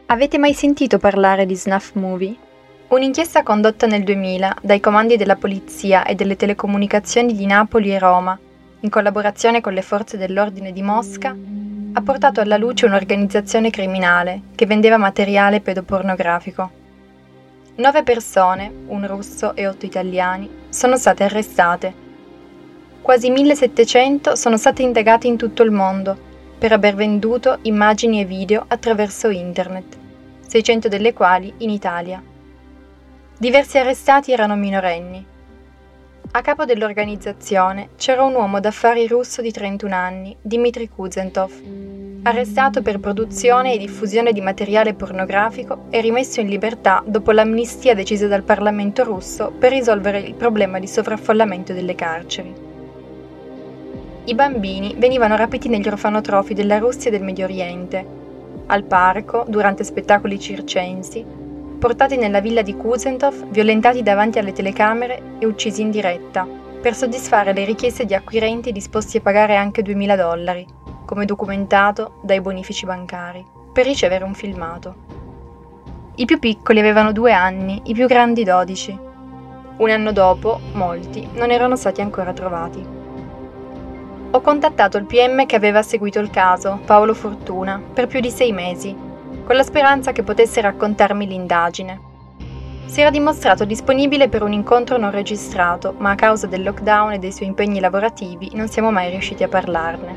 Avete mai sentito parlare di snuff movie? Un'inchiesta condotta nel 2000 dai comandi della polizia e delle telecomunicazioni di Napoli e Roma, in collaborazione con le forze dell'ordine di Mosca, ha portato alla luce un'organizzazione criminale che vendeva materiale pedopornografico. 9 persone, un russo e 8 italiani, sono state arrestate. Quasi 1700 sono state indagate in tutto il mondo per aver venduto immagini e video attraverso internet, 600 delle quali in Italia. Diversi arrestati erano minorenni. A capo dell'organizzazione c'era un uomo d'affari russo di 31 anni, Dmitry Kuzentov, arrestato per produzione e diffusione di materiale pornografico e rimesso in libertà dopo l'amnistia decisa dal Parlamento russo per risolvere il problema di sovraffollamento delle carceri. I bambini venivano rapiti negli orfanotrofi della Russia e del Medio Oriente, al parco, durante spettacoli circensi, portati nella villa di Kuzentov, violentati davanti alle telecamere e uccisi in diretta, per soddisfare le richieste di acquirenti disposti a pagare anche $2.000, come documentato dai bonifici bancari, per ricevere un filmato. I più piccoli avevano 2 anni, i più grandi 12. Un anno dopo, molti non erano stati ancora trovati. Ho contattato il PM che aveva seguito il caso, Paolo Fortuna, per più di 6 mesi, con la speranza che potesse raccontarmi l'indagine. Si era dimostrato disponibile per un incontro non registrato, ma a causa del lockdown e dei suoi impegni lavorativi non siamo mai riusciti a parlarne.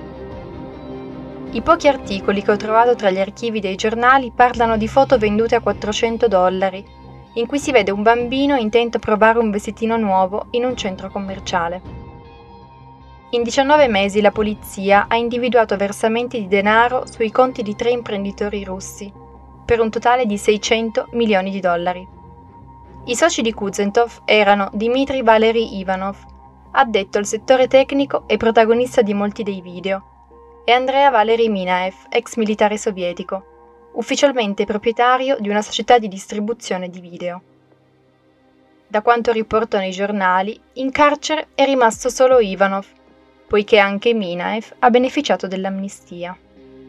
I pochi articoli che ho trovato tra gli archivi dei giornali parlano di foto vendute a $400, in cui si vede un bambino intento a provare un vestitino nuovo in un centro commerciale. In 19 mesi la polizia ha individuato versamenti di denaro sui conti di 3 imprenditori russi, per un totale di $600 milioni. I soci di Kuzentov erano Dmitry Valery Ivanov, addetto al settore tecnico e protagonista di molti dei video, e Andrea Valery Minaev, ex militare sovietico, ufficialmente proprietario di una società di distribuzione di video. Da quanto riportano i giornali, in carcere è rimasto solo Ivanov, poiché anche Minaev ha beneficiato dell'amnistia.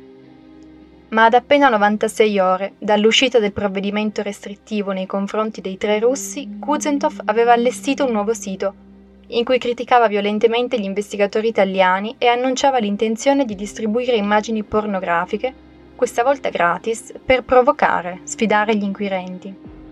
Ma ad appena 96 ore dall'uscita del provvedimento restrittivo nei confronti dei 3 russi, Kuzentov aveva allestito un nuovo sito, in cui criticava violentemente gli investigatori italiani e annunciava l'intenzione di distribuire immagini pornografiche, questa volta gratis, per provocare, sfidare gli inquirenti.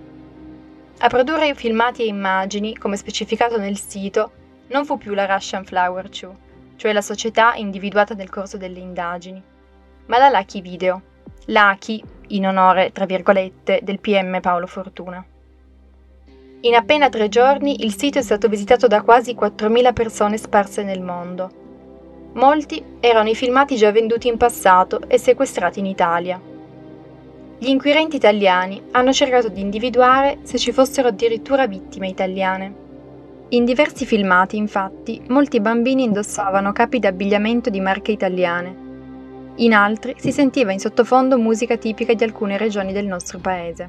A produrre filmati e immagini, come specificato nel sito, non fu più la Russian Flower Show, cioè la società individuata nel corso delle indagini, ma la Lucky Video, Lucky in onore, tra virgolette, del PM Paolo Fortuna. In appena 3 giorni il sito è stato visitato da quasi 4.000 persone sparse nel mondo. Molti erano i filmati già venduti in passato e sequestrati in Italia. Gli inquirenti italiani hanno cercato di individuare se ci fossero addirittura vittime italiane. In diversi filmati, infatti, molti bambini indossavano capi d'abbigliamento di marche italiane. In altri si sentiva in sottofondo musica tipica di alcune regioni del nostro paese.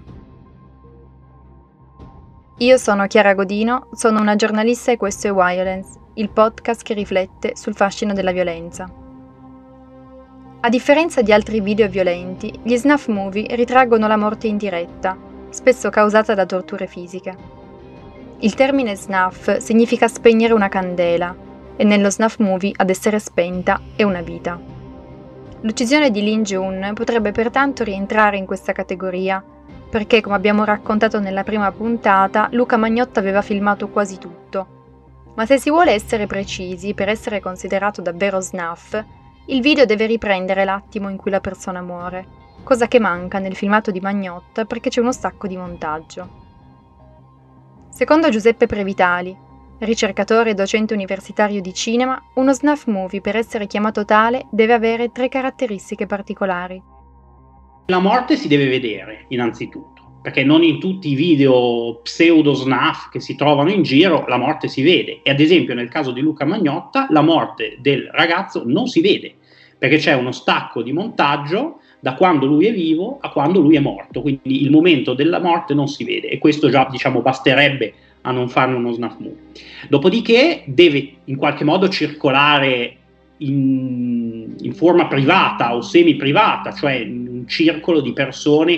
Io sono Chiara Godino, sono una giornalista e questo è Violence, il podcast che riflette sul fascino della violenza. A differenza di altri video violenti, gli snuff movie ritraggono la morte in diretta, spesso causata da torture fisiche. Il termine snuff significa spegnere una candela, e nello snuff movie ad essere spenta è una vita. L'uccisione di Lin Jun potrebbe pertanto rientrare in questa categoria, perché, come abbiamo raccontato nella prima puntata, Luca Magnotta aveva filmato quasi tutto. Ma se si vuole essere precisi, per essere considerato davvero snuff, il video deve riprendere l'attimo in cui la persona muore, cosa che manca nel filmato di Magnotta perché c'è uno stacco di montaggio. Secondo Giuseppe Previtali, ricercatore e docente universitario di cinema, uno snuff movie per essere chiamato tale deve avere 3 caratteristiche particolari. La morte si deve vedere, innanzitutto, perché non in tutti i video pseudo-snuff che si trovano in giro la morte si vede. E ad esempio nel caso di Luca Magnotta la morte del ragazzo non si vede, perché c'è uno stacco di montaggio da quando lui è vivo a quando lui è morto, quindi il momento della morte non si vede e questo già basterebbe a non farne uno snuff movie. Dopodiché deve in qualche modo circolare in forma privata o semi privata, cioè in un circolo di persone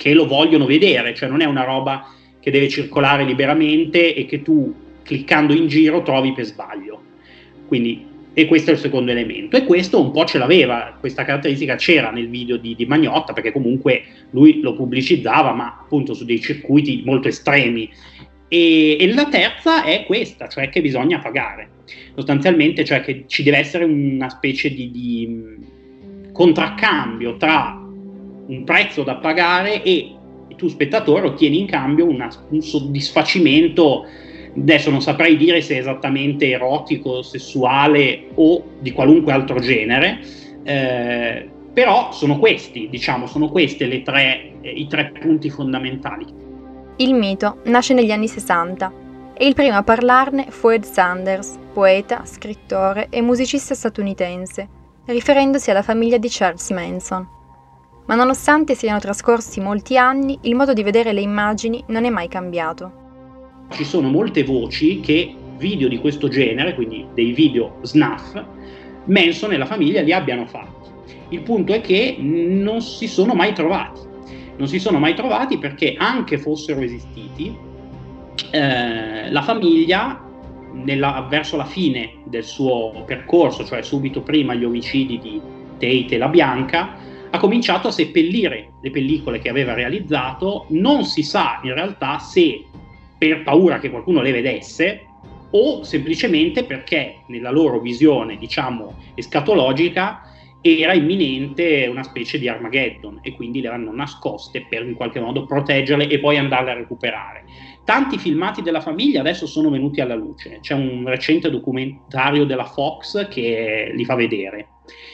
che lo vogliono vedere, cioè non è una roba che deve circolare liberamente e che tu cliccando in giro trovi per sbaglio. Quindi, e questo è il secondo elemento, e questo un po' ce l'aveva, questa caratteristica c'era nel video di Magnotta, perché comunque lui lo pubblicizzava, ma appunto su dei circuiti molto estremi. E la terza è questa, cioè che bisogna pagare sostanzialmente, cioè che ci deve essere una specie di contraccambio tra un prezzo da pagare e tu spettatore ottieni in cambio un soddisfacimento. Adesso non saprei dire se è esattamente erotico, sessuale o di qualunque altro genere, però sono questi, diciamo, sono queste i tre punti fondamentali. Il mito nasce negli anni 60 e il primo a parlarne fu Ed Sanders, poeta, scrittore e musicista statunitense, riferendosi alla famiglia di Charles Manson. Ma nonostante siano trascorsi molti anni, il modo di vedere le immagini non è mai cambiato. Ci sono molte voci che video di questo genere, quindi dei video snuff, Manson e la famiglia li abbiano fatti. Il punto è che non si sono mai trovati. Non si sono mai trovati perché anche fossero esistiti, la famiglia verso la fine del suo percorso, cioè subito prima gli omicidi di Tate e La Bianca, ha cominciato a seppellire le pellicole che aveva realizzato. Non si sa in realtà se per paura che qualcuno le vedesse o semplicemente perché nella loro visione, diciamo, escatologica era imminente una specie di Armageddon e quindi le hanno nascoste per in qualche modo proteggerle e poi andarle a recuperare. Tanti filmati della famiglia adesso sono venuti alla luce, c'è un recente documentario della Fox che li fa vedere,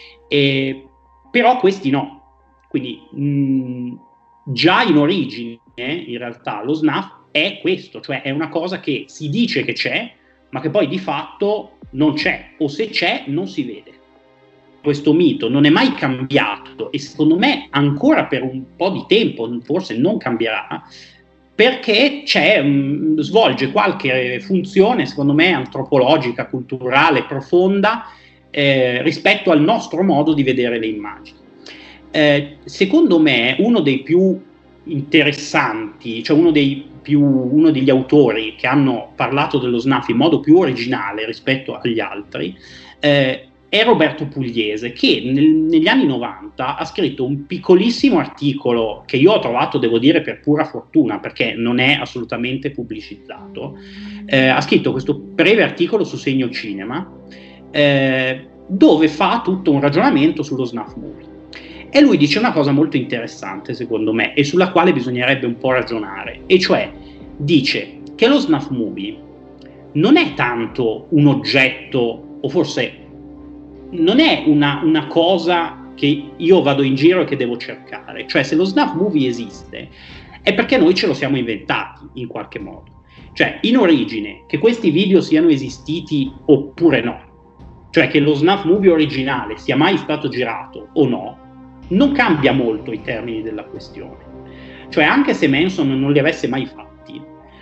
però questi no, quindi già in origine in realtà lo snuff è questo, cioè è una cosa che si dice che c'è ma che poi di fatto non c'è, o se c'è non si vede. Questo mito non è mai cambiato e secondo me ancora per un po' di tempo forse non cambierà, perché svolge qualche funzione secondo me antropologica, culturale, profonda rispetto al nostro modo di vedere le immagini. Secondo me uno dei più interessanti, cioè uno degli autori che hanno parlato dello snuff in modo più originale rispetto agli altri è Roberto Pugliese, che negli anni 90 ha scritto un piccolissimo articolo che io ho trovato, devo dire, per pura fortuna, perché non è assolutamente pubblicizzato. Ha scritto questo breve articolo su Segno Cinema, dove fa tutto un ragionamento sullo snuff movie. E lui dice una cosa molto interessante, secondo me, e sulla quale bisognerebbe un po' ragionare, e cioè dice che lo snuff movie non è tanto un oggetto, o forse non è una cosa che io vado in giro e che devo cercare. Cioè, se lo snuff movie esiste è perché noi ce lo siamo inventati in qualche modo. Cioè, in origine, che questi video siano esistiti oppure no, cioè che lo snuff movie originale sia mai stato girato o no, non cambia molto i termini della questione. Cioè, anche se Manson non li avesse mai fatti,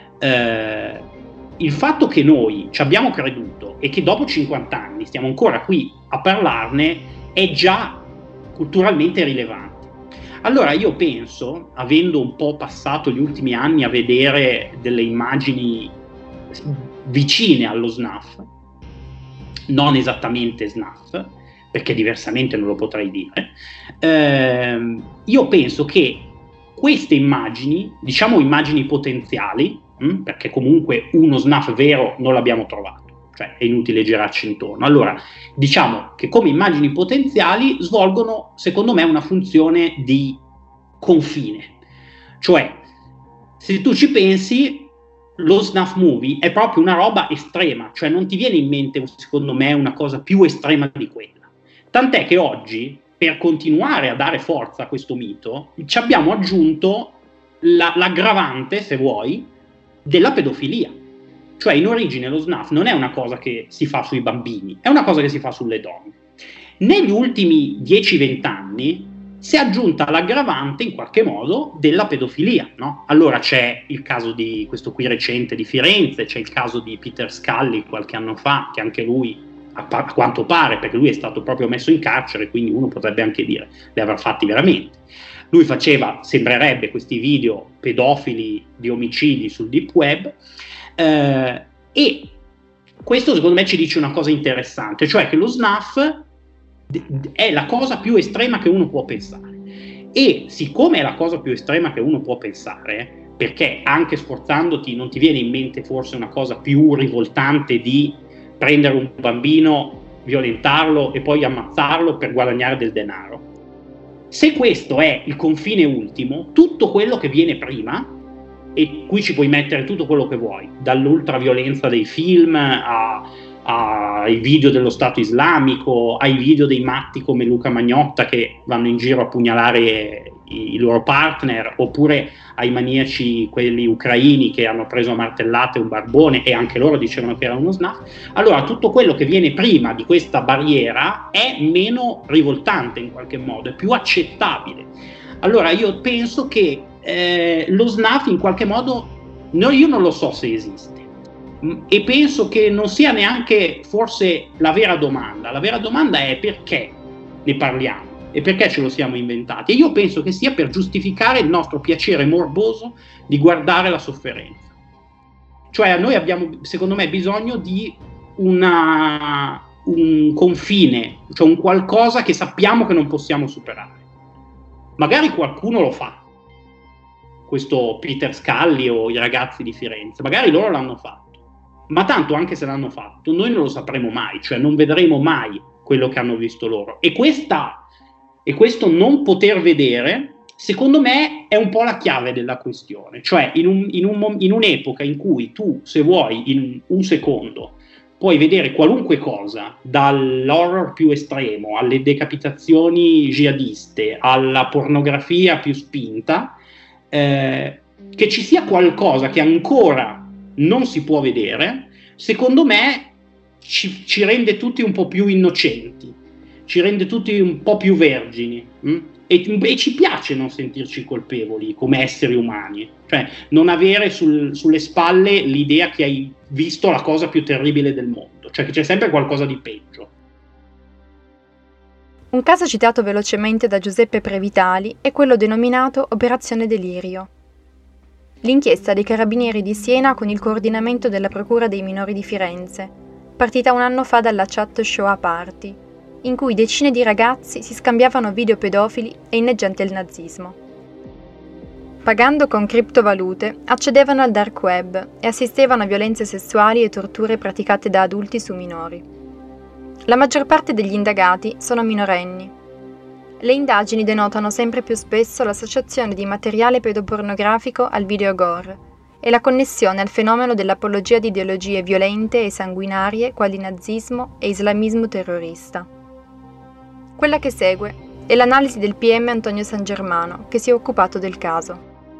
il fatto che noi ci abbiamo creduto e che dopo 50 anni stiamo ancora qui a parlarne è già culturalmente rilevante. Allora io penso, avendo un po' passato gli ultimi anni a vedere delle immagini vicine allo snuff, non esattamente snuff, perché diversamente non lo potrei dire, io penso che queste immagini, diciamo immagini potenziali, perché comunque uno snuff vero non l'abbiamo trovato, cioè è inutile girarci intorno. Allora, diciamo che come immagini potenziali svolgono, secondo me, una funzione di confine. Cioè, se tu ci pensi, lo snuff movie è proprio una roba estrema, cioè non ti viene in mente, secondo me, una cosa più estrema di quella. Tant'è che oggi, per continuare a dare forza a questo mito, ci abbiamo aggiunto l'aggravante, se vuoi, della pedofilia. Cioè, in origine lo snuff non è una cosa che si fa sui bambini, è una cosa che si fa sulle donne. Negli ultimi 10-20 anni si è aggiunta l'aggravante, in qualche modo, della pedofilia, no? Allora c'è il caso di questo qui recente di Firenze, c'è il caso di Peter Scully qualche anno fa, che anche lui, a quanto pare, perché lui è stato proprio messo in carcere, quindi uno potrebbe anche dire li avrà fatti veramente. Lui faceva, sembrerebbe, questi video pedofili di omicidi sul deep web, e questo secondo me ci dice una cosa interessante, cioè che lo snuff è la cosa più estrema che uno può pensare, e siccome è la cosa più estrema che uno può pensare, perché anche sforzandoti non ti viene in mente forse una cosa più rivoltante di prendere un bambino, violentarlo e poi ammazzarlo per guadagnare del denaro? Se questo è il confine ultimo, tutto quello che viene prima, e qui ci puoi mettere tutto quello che vuoi, dall'ultraviolenza dei film ai video dello Stato islamico, ai video dei matti come Luca Magnotta che vanno in giro a pugnalare i loro partner, oppure ai maniaci, quelli ucraini che hanno preso a martellate un barbone e anche loro dicevano che era uno snuff. Allora tutto quello che viene prima di questa barriera è meno rivoltante in qualche modo, è più accettabile. Allora io penso che lo snuff in qualche modo, io non lo so se esiste, e penso che non sia neanche forse la vera domanda. La vera domanda è perché ne parliamo e perché ce lo siamo inventati, e io penso che sia per giustificare il nostro piacere morboso di guardare la sofferenza. Cioè noi abbiamo, secondo me, bisogno di un confine, cioè un qualcosa che sappiamo che non possiamo superare. Magari qualcuno lo fa, questo Peter Scalli o i ragazzi di Firenze, magari loro l'hanno fatto, ma tanto anche se l'hanno fatto noi non lo sapremo mai, cioè non vedremo mai quello che hanno visto loro, e questo non poter vedere, secondo me, è un po' la chiave della questione. Cioè in un'epoca in cui tu, se vuoi, in un secondo puoi vedere qualunque cosa, dall'horror più estremo alle decapitazioni jihadiste alla pornografia più spinta, che ci sia qualcosa che ancora non si può vedere, secondo me ci rende tutti un po' più innocenti, ci rende tutti un po' più vergini, e ci piace non sentirci colpevoli come esseri umani, cioè non avere sulle spalle l'idea che hai visto la cosa più terribile del mondo, cioè che c'è sempre qualcosa di peggio. Un caso citato velocemente da Giuseppe Previtali è quello denominato Operazione Delirio. L'inchiesta dei Carabinieri di Siena con il coordinamento della Procura dei minori di Firenze, partita un anno fa dalla chat Shoah Party, in cui decine di ragazzi si scambiavano video pedofili e inneggianti al nazismo. Pagando con criptovalute, accedevano al dark web e assistevano a violenze sessuali e torture praticate da adulti su minori. La maggior parte degli indagati sono minorenni. Le indagini denotano sempre più spesso l'associazione di materiale pedopornografico al video gore e la connessione al fenomeno dell'apologia di ideologie violente e sanguinarie quali nazismo e islamismo terrorista. Quella che segue è l'analisi del PM Antonio San Germano, che si è occupato del caso.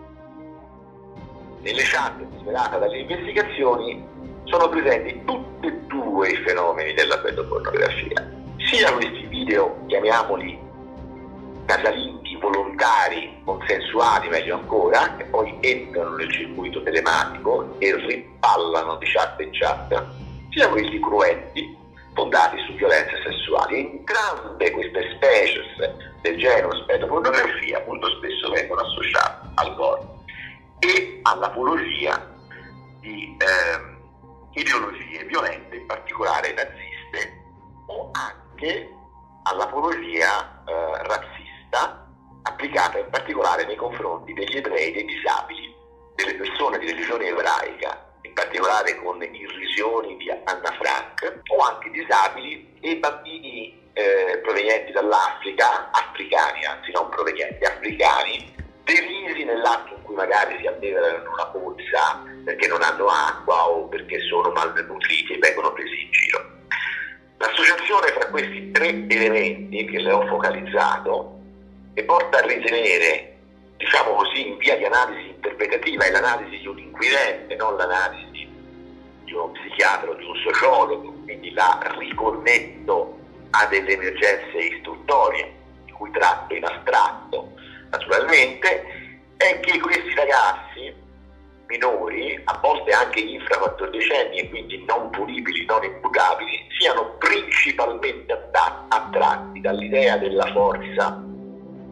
Nelle chat svelate dalle investigazioni sono presenti tutti e due i fenomeni della pedopornografia, sia questi video, chiamiamoli casalinghi volontari, consensuali meglio ancora, che poi entrano nel circuito telematico e rimpallano di chat in chat, sia quelli cruenti, fondati su violenze sessuali. Entrambe queste species del genere pedopornografia molto spesso vengono associate al gore e all'apologia di ideologie violente, in particolare naziste, o anche all'apologia razzista applicata in particolare nei confronti degli ebrei, dei disabili, delle persone di religione ebraica, in particolare con irrisioni di Anna Frank, o anche disabili e bambini provenienti dall'Africa, africani, anzi non provenienti, africani, derisi nell'atto in cui magari si abbeverano una pozza perché non hanno acqua o perché sono malnutriti e vengono presi in giro. L'associazione fra questi tre elementi che le ho focalizzato e porta a ritenere, diciamo così, in via di analisi interpretativa, è l'analisi di un inquirente, non l'analisi di uno psichiatra o di un sociologo, quindi la riconnetto a delle emergenze istruttorie di cui tratto in astratto naturalmente, è che questi ragazzi minori, a volte anche infra-14enni e quindi non punibili, non imputabili, siano principalmente attratti dall'idea della forza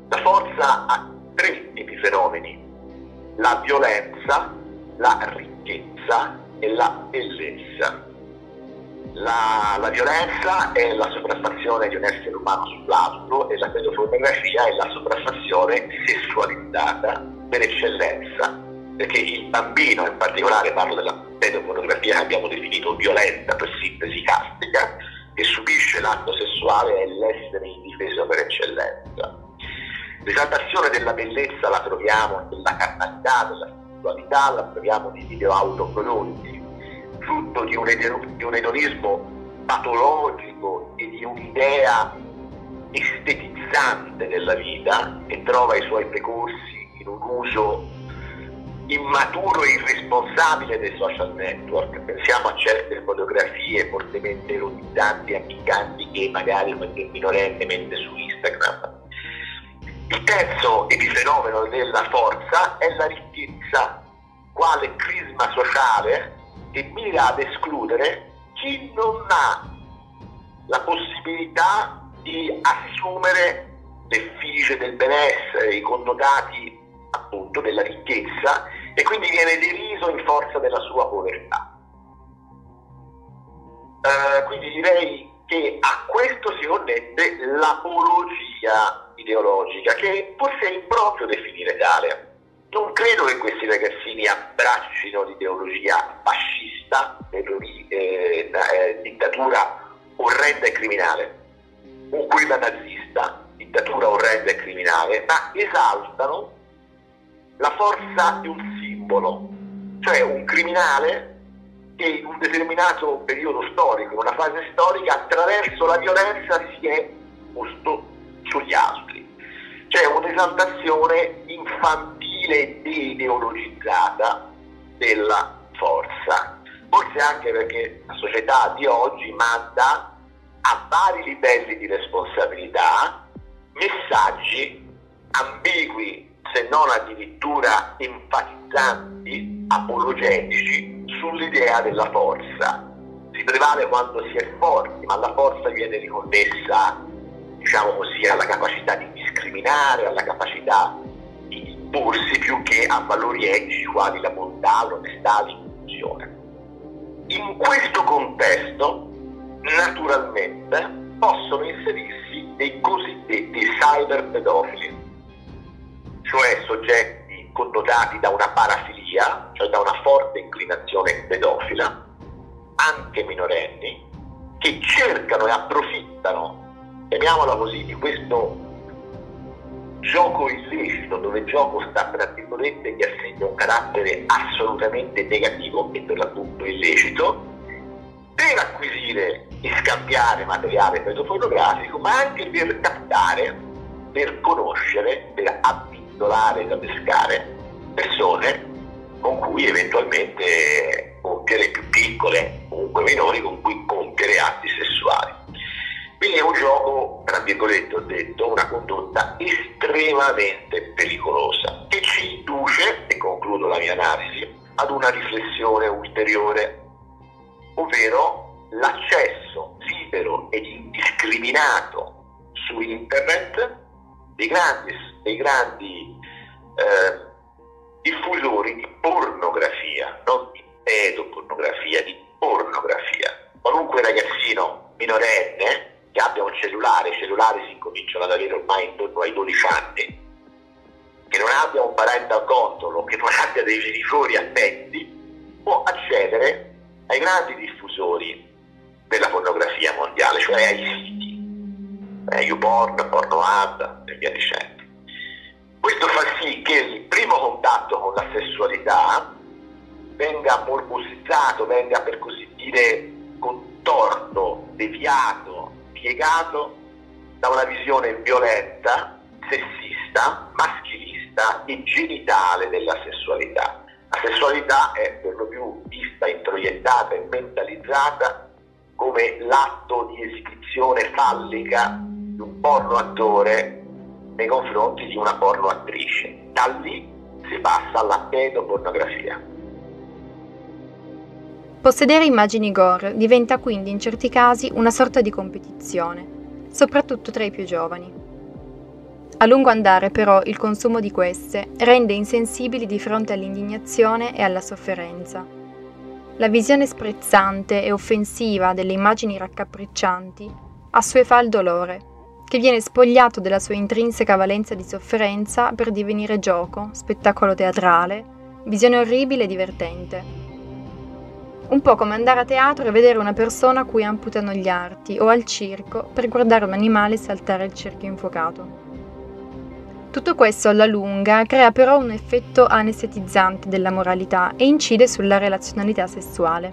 La forza ha 3 epifenomeni: la violenza, la ricchezza e la bellezza. La violenza è la sopraffazione di un essere umano sull'altro e la pedopornografia è la sopraffazione sessualizzata per eccellenza, perché il bambino, in particolare parlo della pedopornografia che abbiamo definito violenta per sintesi castica, che subisce l'atto sessuale è l'essere indifeso per eccellenza. L'esaltazione della bellezza la troviamo nella carnalità, della sessualità, la troviamo nei video autoprodotti, frutto di un edonismo patologico e di un'idea estetizzante della vita che trova i suoi precorsi in un uso immaturo e irresponsabile dei social network. Pensiamo a certe fotografie fortemente erotizzanti e piccanti che magari qualche minorenne mette su Instagram. Il terzo epifenomeno della forza è la ricchezza, quale crisma sociale che mira ad escludere chi non ha la possibilità di assumere l'effigie del benessere, i connotati appunto della ricchezza, e quindi viene deriso in forza della sua povertà. Quindi direi che a questo si connette l'apologia ideologica, che forse è improprio definire tale. Non credo che questi ragazzini abbraccino l'ideologia fascista, dittatura orrenda e criminale, o quella nazista, dittatura orrenda e criminale, ma esaltano la forza di un simbolo, cioè un criminale che in un determinato periodo storico, in una fase storica, attraverso la violenza si è posto sugli altri. C'è un'esaltazione infantile e deideologizzata della forza, forse anche perché la società di oggi manda a vari livelli di responsabilità messaggi ambigui, se non addirittura enfatizzanti, apologetici sull'idea della forza. Si prevale quando si è forti, ma la forza viene riconnessa, diciamo così, alla capacità di discriminare, alla capacità di imporsi più che a valori etici quali la bontà, l'onestà, l'inclusione. In questo contesto, naturalmente, possono inserirsi dei cosiddetti cyberpedofili, cioè soggetti connotati da una parafilia, cioè da una forte inclinazione pedofila, anche minorenni, che cercano e approfittano, chiamiamola così, di questo gioco illecito, dove il gioco sta tra virgolette gli assegna un carattere assolutamente negativo e per l'appunto illecito, per acquisire e scambiare materiale pedopornografico, ma anche per captare, per conoscere, per abbindolare ed adescare persone con cui eventualmente compiere, più piccole, comunque minori, con cui compiere atti sessuali. Quindi è un gioco, tra virgolette ho detto, una condotta estremamente pericolosa, che ci induce, e concludo la mia analisi, ad una riflessione ulteriore, ovvero l'accesso libero ed indiscriminato su internet dei grandi diffusori di pornografia, non di pedopornografia, di pornografia. Qualunque ragazzino minorenne che abbia un cellulare, i cellulari si incominciano ad avere ormai intorno ai 12 anni, che non abbia un parental control o che non abbia dei genitori attenti, può accedere ai grandi diffusori della pornografia mondiale, cioè ai siti, YouPorn, Pornhub e via dicendo. Questo fa sì che il primo contatto con la sessualità venga morbosizzato, venga per così dire contorto, deviato, piegato da una visione violenta, sessista, maschilista e genitale della sessualità. La sessualità è per lo più vista, introiettata e mentalizzata come l'atto di esibizione fallica di un porno attore nei confronti di una porno attrice. Da lì si passa alla pedopornografia. Possedere immagini gore diventa quindi in certi casi una sorta di competizione, soprattutto tra i più giovani. A lungo andare, però, il consumo di queste rende insensibili di fronte all'indignazione e alla sofferenza. La visione sprezzante e offensiva delle immagini raccapriccianti assuefa il dolore, che viene spogliato della sua intrinseca valenza di sofferenza per divenire gioco, spettacolo teatrale, visione orribile e divertente. Un po' come andare a teatro e vedere una persona a cui amputano gli arti, o al circo per guardare un animale saltare il cerchio infuocato. Tutto questo alla lunga crea però un effetto anestetizzante della moralità e incide sulla relazionalità sessuale.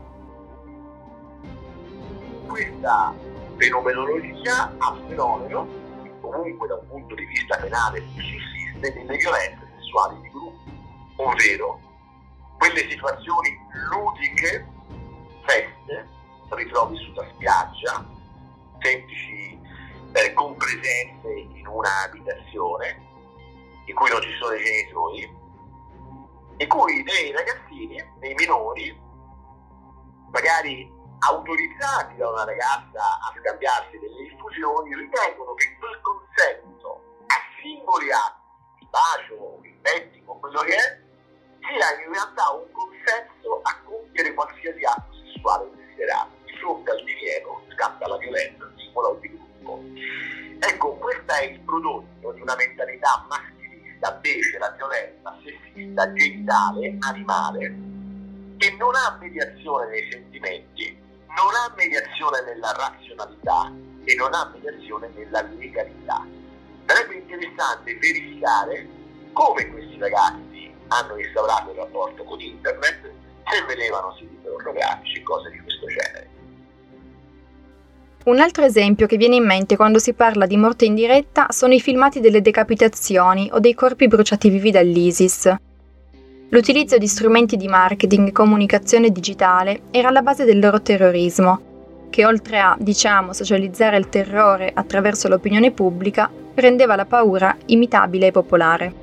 Questa fenomenologia a fenomeno, comunque da un punto di vista penale sussiste nelle violenze sessuali di gruppo, ovvero quelle situazioni ludiche, feste, ritrovi sulla spiaggia, semplici compresenze in una abitazione in cui non ci sono i genitori, in cui dei ragazzini, dei minori, magari autorizzati da una ragazza a scambiarsi delle infusioni, ritengono che quel consenso a singoli atti, il bacio, il pettino, quello che è, sia in realtà un consenso a compiere qualsiasi atto sessuale desiderato. Di fronte al divieto scatta la violenza singola o di gruppo. Ecco, questo è il prodotto di una mentalità maschilista, becera, violenta, sessista, genitale, animale, che non ha mediazione nei sentimenti, non ha mediazione nella razionalità e non ha mediazione nella legalità. Sarebbe interessante verificare come questi ragazzi hanno instaurato il rapporto con internet, se vedevano siti pornografici e cose di questo genere. Un altro esempio che viene in mente quando si parla di morte in diretta sono i filmati delle decapitazioni o dei corpi bruciati vivi dall'ISIS. L'utilizzo di strumenti di marketing e comunicazione digitale era alla base del loro terrorismo, che oltre a, socializzare il terrore attraverso l'opinione pubblica, rendeva la paura imitabile e popolare.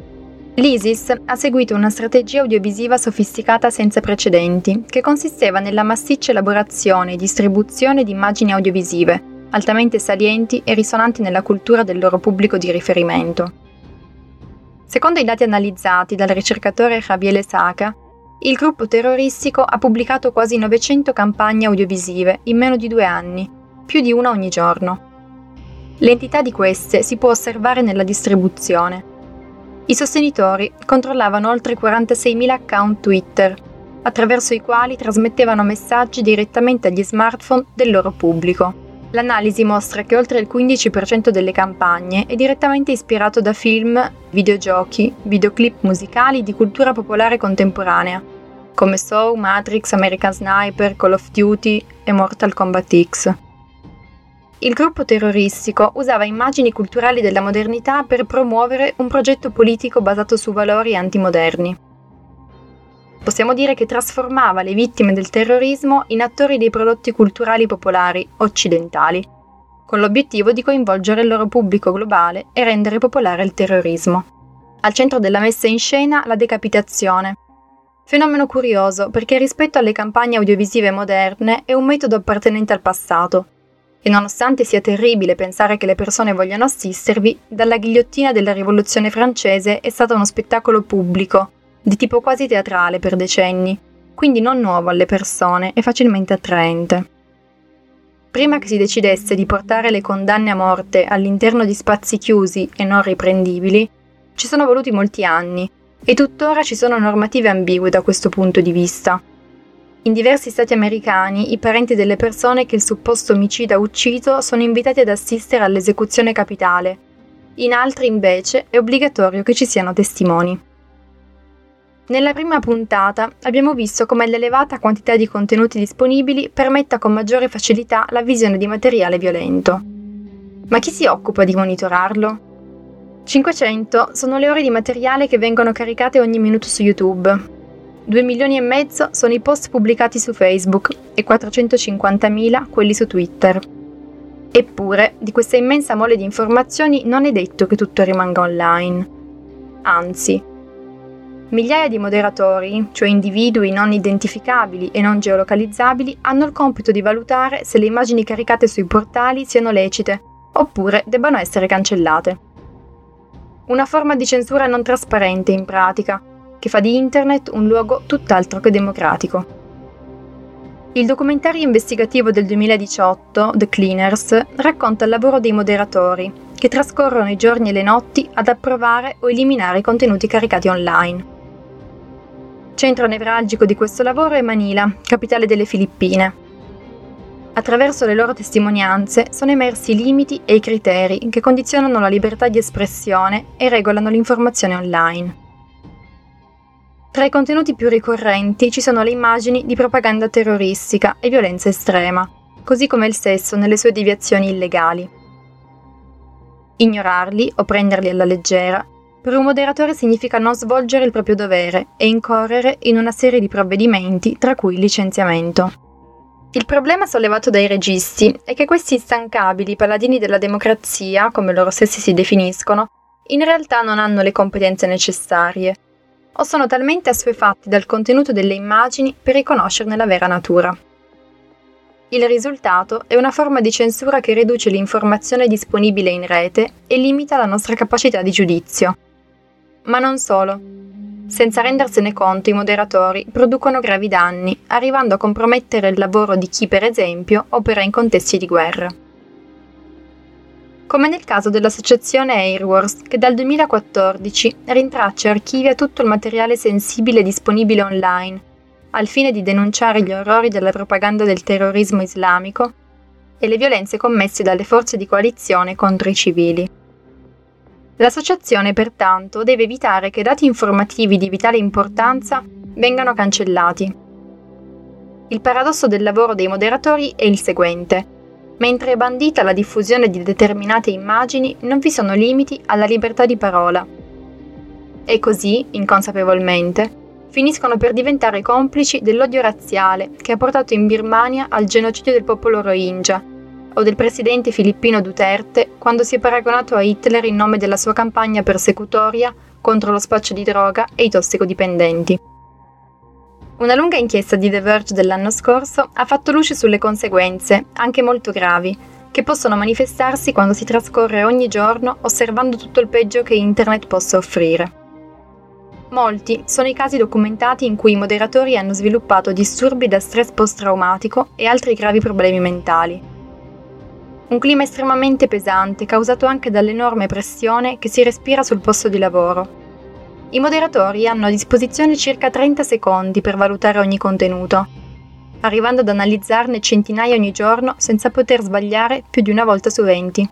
L'ISIS ha seguito una strategia audiovisiva sofisticata senza precedenti, che consisteva nella massiccia elaborazione e distribuzione di immagini audiovisive, altamente salienti e risonanti nella cultura del loro pubblico di riferimento. Secondo i dati analizzati dal ricercatore Javier Saka, il gruppo terroristico ha pubblicato quasi 900 campagne audiovisive in meno di 2 anni, più di una ogni giorno. L'entità di queste si può osservare nella distribuzione. I sostenitori controllavano oltre 46.000 account Twitter, attraverso i quali trasmettevano messaggi direttamente agli smartphone del loro pubblico. L'analisi mostra che oltre il 15% delle campagne è direttamente ispirato da film, videogiochi, videoclip musicali di cultura popolare contemporanea, come Saw, Matrix, American Sniper, Call of Duty e Mortal Kombat X. Il gruppo terroristico usava immagini culturali della modernità per promuovere un progetto politico basato su valori antimoderni. Possiamo dire che trasformava le vittime del terrorismo in attori dei prodotti culturali popolari occidentali, con l'obiettivo di coinvolgere il loro pubblico globale e rendere popolare il terrorismo. Al centro della messa in scena la decapitazione. Fenomeno curioso perché rispetto alle campagne audiovisive moderne è un metodo appartenente al passato. E nonostante sia terribile pensare che le persone vogliano assistervi, dalla ghigliottina della Rivoluzione francese è stato uno spettacolo pubblico, di tipo quasi teatrale per decenni, quindi non nuovo alle persone e facilmente attraente. Prima che si decidesse di portare le condanne a morte all'interno di spazi chiusi e non riprendibili, ci sono voluti molti anni, e tuttora ci sono normative ambigue da questo punto di vista. In diversi stati americani, i parenti delle persone che il supposto omicida ha ucciso sono invitati ad assistere all'esecuzione capitale. In altri, invece, è obbligatorio che ci siano testimoni. Nella prima puntata abbiamo visto come l'elevata quantità di contenuti disponibili permetta con maggiore facilità la visione di materiale violento. Ma chi si occupa di monitorarlo? 500 sono le ore di materiale che vengono caricate ogni minuto su YouTube. 2,5 milioni sono i post pubblicati su Facebook e 450.000 quelli su Twitter. Eppure, di questa immensa mole di informazioni non è detto che tutto rimanga online. Anzi, migliaia di moderatori, cioè individui non identificabili e non geolocalizzabili, hanno il compito di valutare se le immagini caricate sui portali siano lecite, oppure debbano essere cancellate. Una forma di censura non trasparente in pratica, che fa di Internet un luogo tutt'altro che democratico. Il documentario investigativo del 2018, The Cleaners, racconta il lavoro dei moderatori, che trascorrono i giorni e le notti ad approvare o eliminare i contenuti caricati online. Centro nevralgico di questo lavoro è Manila, capitale delle Filippine. Attraverso le loro testimonianze sono emersi i limiti e i criteri che condizionano la libertà di espressione e regolano l'informazione online. Tra i contenuti più ricorrenti ci sono le immagini di propaganda terroristica e violenza estrema, così come il sesso nelle sue deviazioni illegali. Ignorarli o prenderli alla leggera per un moderatore significa non svolgere il proprio dovere e incorrere in una serie di provvedimenti, tra cui il licenziamento. Il problema sollevato dai registi è che questi instancabili paladini della democrazia, come loro stessi si definiscono, in realtà non hanno le competenze necessarie, o sono talmente assuefatti dal contenuto delle immagini per riconoscerne la vera natura. Il risultato è una forma di censura che riduce l'informazione disponibile in rete e limita la nostra capacità di giudizio. Ma non solo. Senza rendersene conto, i moderatori producono gravi danni, arrivando a compromettere il lavoro di chi, per esempio, opera in contesti di guerra. Come nel caso dell'associazione Airwars, che dal 2014 rintraccia e archivia tutto il materiale sensibile disponibile online, al fine di denunciare gli orrori della propaganda del terrorismo islamico e le violenze commesse dalle forze di coalizione contro i civili. L'associazione, pertanto, deve evitare che dati informativi di vitale importanza vengano cancellati. Il paradosso del lavoro dei moderatori è il seguente. Mentre è bandita la diffusione di determinate immagini, non vi sono limiti alla libertà di parola. E così, inconsapevolmente, finiscono per diventare complici dell'odio razziale che ha portato in Birmania al genocidio del popolo Rohingya, o del presidente filippino Duterte quando si è paragonato a Hitler in nome della sua campagna persecutoria contro lo spaccio di droga e i tossicodipendenti. Una lunga inchiesta di The Verge dell'anno scorso ha fatto luce sulle conseguenze, anche molto gravi, che possono manifestarsi quando si trascorre ogni giorno osservando tutto il peggio che Internet possa offrire. Molti sono i casi documentati in cui i moderatori hanno sviluppato disturbi da stress post-traumatico e altri gravi problemi mentali. Un clima estremamente pesante causato anche dall'enorme pressione che si respira sul posto di lavoro. I moderatori hanno a disposizione circa 30 secondi per valutare ogni contenuto, arrivando ad analizzarne centinaia ogni giorno senza poter sbagliare più di una volta su 20.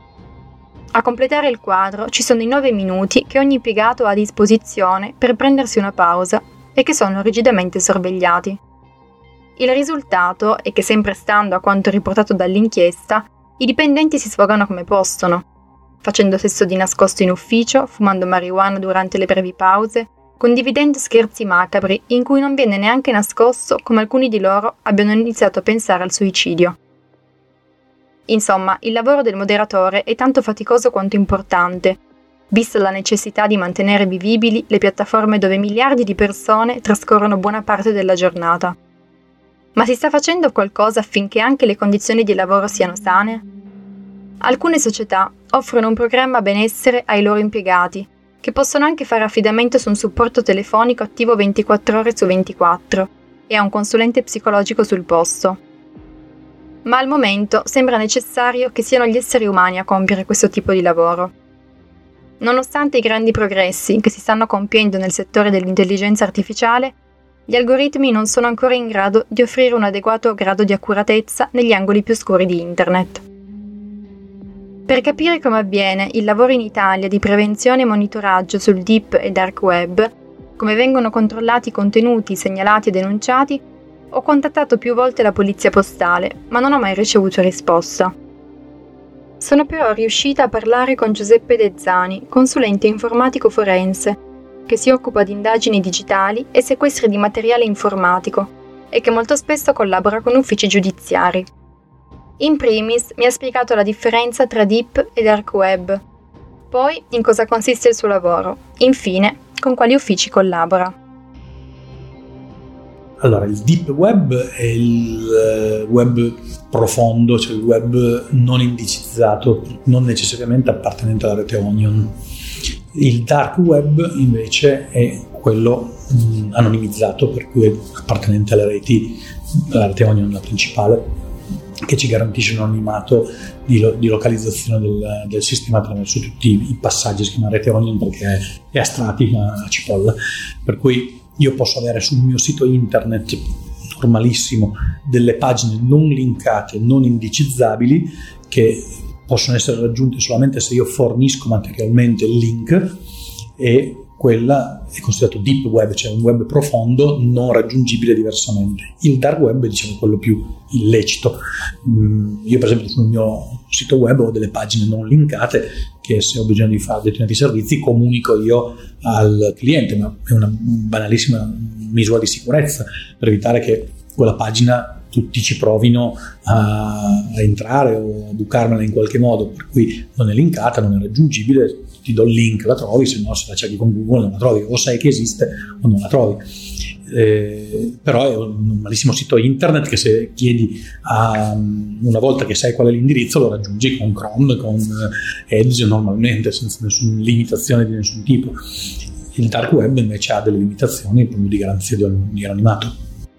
A completare il quadro ci sono i 9 minuti che ogni impiegato ha a disposizione per prendersi una pausa e che sono rigidamente sorvegliati. Il risultato è che, sempre stando a quanto riportato dall'inchiesta, i dipendenti si sfogano come possono, facendo sesso di nascosto in ufficio, fumando marijuana durante le brevi pause, condividendo scherzi macabri in cui non viene neanche nascosto come alcuni di loro abbiano iniziato a pensare al suicidio. Insomma, il lavoro del moderatore è tanto faticoso quanto importante, vista la necessità di mantenere vivibili le piattaforme dove miliardi di persone trascorrono buona parte della giornata. Ma si sta facendo qualcosa affinché anche le condizioni di lavoro siano sane? Alcune società offrono un programma benessere ai loro impiegati, che possono anche fare affidamento su un supporto telefonico attivo 24 ore su 24 e a un consulente psicologico sul posto. Ma al momento sembra necessario che siano gli esseri umani a compiere questo tipo di lavoro. Nonostante i grandi progressi che si stanno compiendo nel settore dell'intelligenza artificiale, gli algoritmi non sono ancora in grado di offrire un adeguato grado di accuratezza negli angoli più scuri di Internet. Per capire come avviene il lavoro in Italia di prevenzione e monitoraggio sul Deep e Dark Web, come vengono controllati i contenuti segnalati e denunciati, ho contattato più volte la polizia postale, ma non ho mai ricevuto risposta. Sono però riuscita a parlare con Giuseppe De Zani, consulente informatico forense, che si occupa di indagini digitali e sequestri di materiale informatico e che molto spesso collabora con uffici giudiziari. In primis mi ha spiegato la differenza tra Deep e Dark Web, poi in cosa consiste il suo lavoro, infine con quali uffici collabora. Allora, il Deep Web è il web profondo, cioè il web non indicizzato, non necessariamente appartenente alla rete Onion. Il dark web invece è quello anonimizzato, per cui è appartenente alla rete Onion, la principale, che ci garantisce un anonimato di localizzazione del sistema attraverso tutti i passaggi. Si chiama rete Onion perché è a strati, a cipolla, per cui io posso avere sul mio sito internet normalissimo delle pagine non linkate, non indicizzabili, che possono essere raggiunte solamente se io fornisco materialmente il link, e quella è considerato deep web, cioè un web profondo non raggiungibile diversamente. Il dark web è, diciamo, quello più illecito. Io per esempio sul mio sito web ho delle pagine non linkate che, se ho bisogno di fare determinati servizi, comunico io al cliente, ma è una banalissima misura di sicurezza per evitare che quella pagina tutti ci provino a entrare o a bucarmela in qualche modo, per cui non è linkata, non è raggiungibile, ti do il link, la trovi, se no, se la cerchi con Google non la trovi, o sai che esiste o non la trovi. Però è un normalissimo sito internet che, se chiedi una volta che sai qual è l'indirizzo, lo raggiungi con Chrome, con Edge normalmente, senza nessuna limitazione di nessun tipo. Il dark web invece ha delle limitazioni proprio di garanzia di anonimato.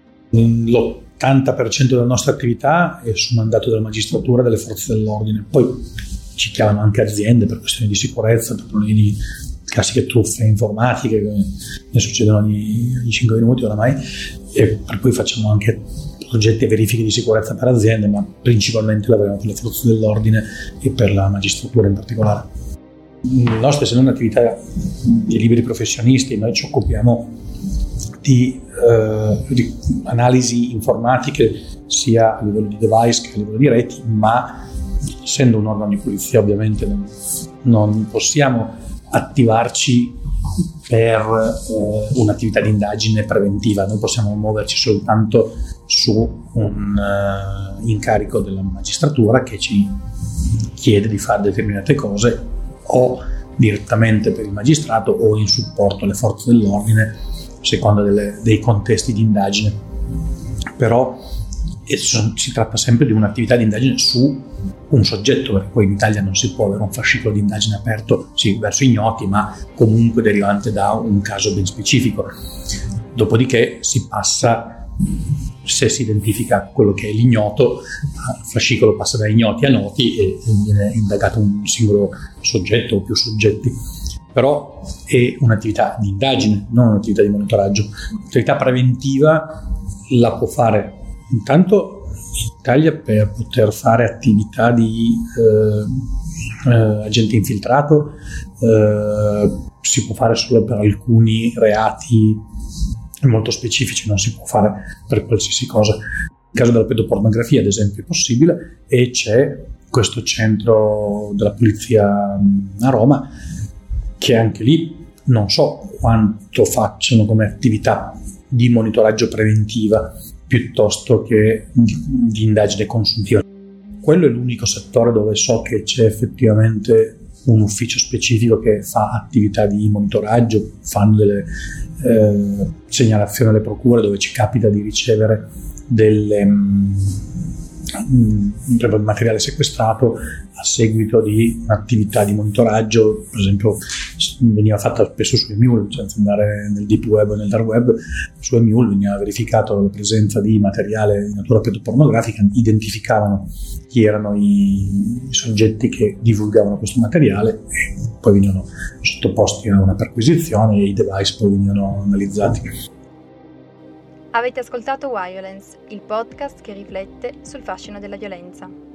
L'80% della nostra attività è su mandato della magistratura, delle forze dell'ordine. Poi ci chiamano anche aziende per questioni di sicurezza, per problemi di classiche truffe informatiche che ne succedono ogni 5 minuti oramai, e per cui facciamo anche progetti e verifiche di sicurezza per aziende, ma principalmente lavoriamo per le forze dell'ordine e per la magistratura in particolare. La nostra, essendo un'attività di liberi professionisti, noi ci occupiamo di analisi informatiche sia a livello di device che a livello di reti, ma essendo un organo di polizia ovviamente non possiamo attivarci per un'attività di indagine preventiva. Noi possiamo muoverci soltanto su un incarico della magistratura che ci chiede di fare determinate cose, o direttamente per il magistrato o in supporto alle forze dell'ordine, secondo dei contesti di indagine. Però si tratta sempre di un'attività di indagine su un soggetto, perché poi in Italia non si può avere un fascicolo di indagine aperto, sì, verso ignoti, ma comunque derivante da un caso ben specifico. Dopodiché si passa, se si identifica quello che è l'ignoto, il fascicolo passa da ignoti a noti e viene indagato un singolo soggetto o più soggetti. Però è un'attività di indagine, non un'attività di monitoraggio. L'attività preventiva la può fare intanto in Italia per poter fare attività di agente infiltrato, si può fare solo per alcuni reati molto specifici, non si può fare per qualsiasi cosa. Nel caso della pedopornografia, ad esempio, è possibile, e c'è questo centro della polizia a Roma che anche lì non so quanto facciano come attività di monitoraggio preventiva piuttosto che di indagine consuntiva. Quello è l'unico settore dove so che c'è effettivamente un ufficio specifico che fa attività di monitoraggio, fanno delle segnalazioni alle procure dove ci capita di ricevere del materiale sequestrato a seguito di un'attività di monitoraggio. Per esempio veniva fatta spesso su Emule, senza andare nel deep web o nel dark web. Su Emule veniva verificato la presenza di materiale di natura pedopornografica, identificavano chi erano i soggetti che divulgavano questo materiale e poi venivano sottoposti a una perquisizione e i device poi venivano analizzati. Avete ascoltato Violence, il podcast che riflette sul fascino della violenza.